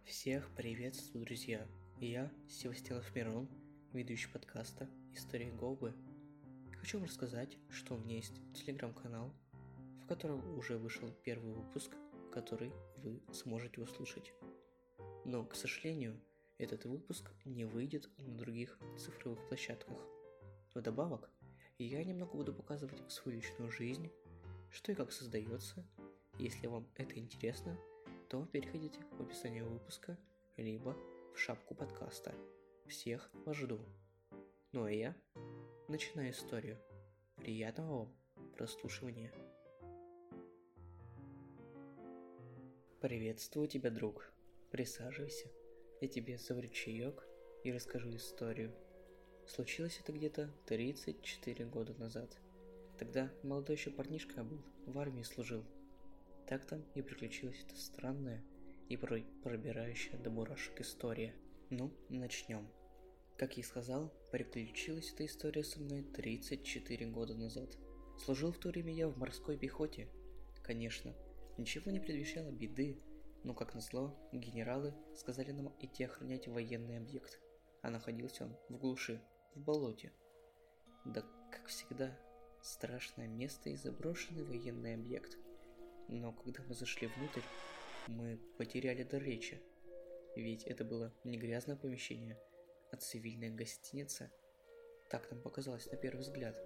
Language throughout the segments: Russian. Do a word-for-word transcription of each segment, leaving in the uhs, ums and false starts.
Всех приветствую, друзья! Я, Севастьянов Мирон, ведущий подкаста «История Говбы». Хочу вам рассказать, что у меня есть телеграм-канал, в котором уже вышел первый выпуск, который вы сможете услышать. Но, к сожалению, этот выпуск не выйдет на других цифровых площадках. Вдобавок, я немного буду показывать свою личную жизнь, что и как создается. Если вам это интересно, то переходите в описание выпуска, либо в шапку подкаста. Всех вас жду. Ну а я начинаю историю. Приятного вам прослушивания. Приветствую тебя, друг. Присаживайся. Я тебе заварю чаек и расскажу историю. Случилось это где-то тридцать четыре года назад. Тогда молодой еще парнишка был, в армии служил. Так там и приключилась эта странная и порой пробирающая до мурашек история. Ну, начнем. Как я и сказал, приключилась эта история со мной тридцать четыре года назад. Служил в то время я в морской пехоте. Конечно, ничего не предвещало беды, но, как назло, генералы сказали нам идти охранять военный объект, а находился он в глуши, в болоте. Да, как всегда, страшное место и заброшенный военный объект. Но когда мы зашли внутрь, мы потеряли дар речи. Ведь это было не грязное помещение, а цивильная гостиница. Так нам показалось на первый взгляд.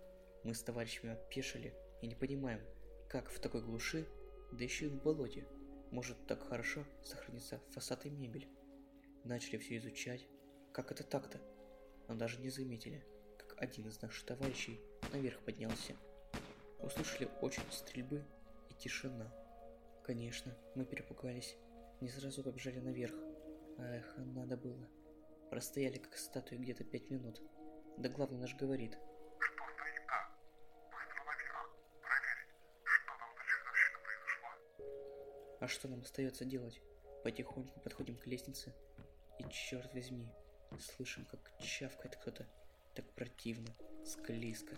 Мы с товарищами опешили и не понимаем, как в такой глуши, да еще и в болоте, может так хорошо сохраниться фасад и мебель. Начали все изучать, как это так-то, но даже не заметили, как один из наших товарищей наверх поднялся. Услышали очередь стрельбы и тишина. Конечно, мы перепугались, не сразу побежали наверх. Эх, надо было. Простояли как статуи где-то пять минут. Да главный наш говорит: что старика? Быстро наверх, проверить, что там за чертовщина произошла. А что нам остается делать? Потихоньку подходим к лестнице, и черт возьми, слышим, как чавкает кто-то. Так противно, склизко.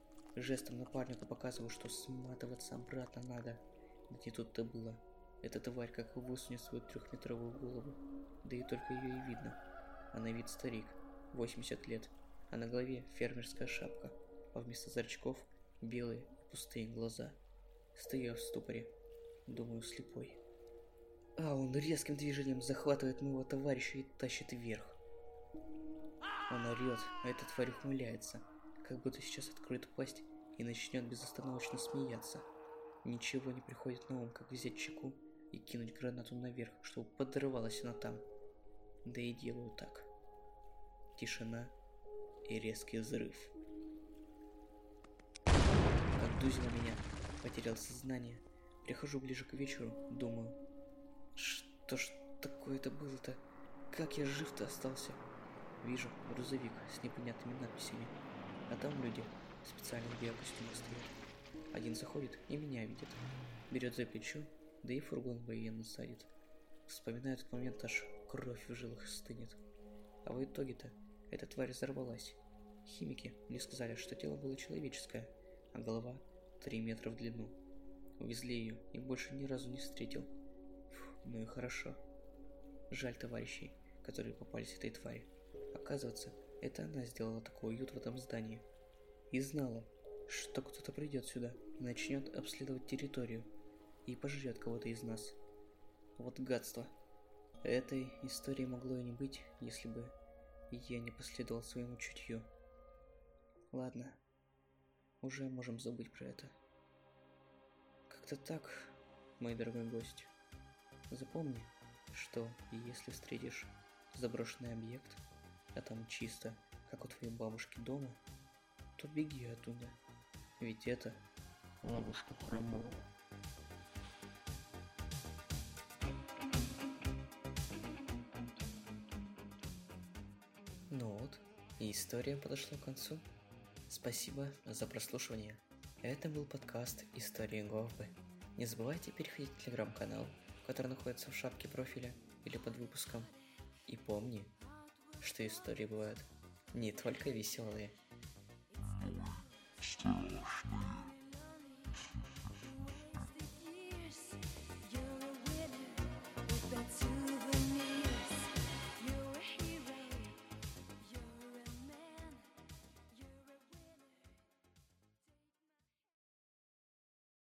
Жестом напарнику показываю, что сматываться обратно надо. Да не тут-то было. Эта тварь как высунет свою трехметровую голову. Да и только ее и видно. А на вид старик, восемьдесят лет, а на голове фермерская шапка, а вместо зрачков белые пустые глаза. Стою я в ступоре, думаю, слепой. А он резким движением захватывает моего товарища и тащит вверх. Он орет, а эта тварь ухмыляется, как будто сейчас откроет пасть и начнет безостановочно смеяться. Ничего не приходит на ум, как взять чеку и кинуть гранату наверх, чтобы подорвалась она там. Да и делаю так. Тишина и резкий взрыв. Контузило меня, потерял сознание. Прихожу ближе к вечеру, думаю, что ж такое-то было-то? Как я жив-то остался? Вижу грузовик с непонятными надписями, а там люди в специальных биокостюмах стоят. Один заходит и меня видит, берет за плечо, да и фургон военный садит. Вспоминаю этот момент, аж кровь в жилах стынет. А в итоге-то эта тварь взорвалась. Химики мне сказали, что тело было человеческое, а голова три метра в длину. Увезли ее и больше ни разу не встретил. Фух, ну и хорошо. Жаль товарищей, которые попались этой твари. Оказывается, это она сделала такой уют в этом здании. И знала, что кто-то придет сюда и начнет обследовать территорию и пожрет кого-то из нас. Вот гадство. Этой истории могло и не быть, если бы я не последовал своему чутью. Ладно, уже можем забыть про это. Как-то так, мой дорогой гость. Запомни, что если встретишь заброшенный объект, а там чисто, как у твоей бабушки дома, то беги оттуда. Ведь это ловушка хромого. Ну вот, и история подошла к концу. Спасибо за прослушивание. Это был подкаст «История Говбы». Не забывайте переходить в телеграм-канал, который находится в шапке профиля или под выпуском. И помни, что истории бывают не только веселые. Что?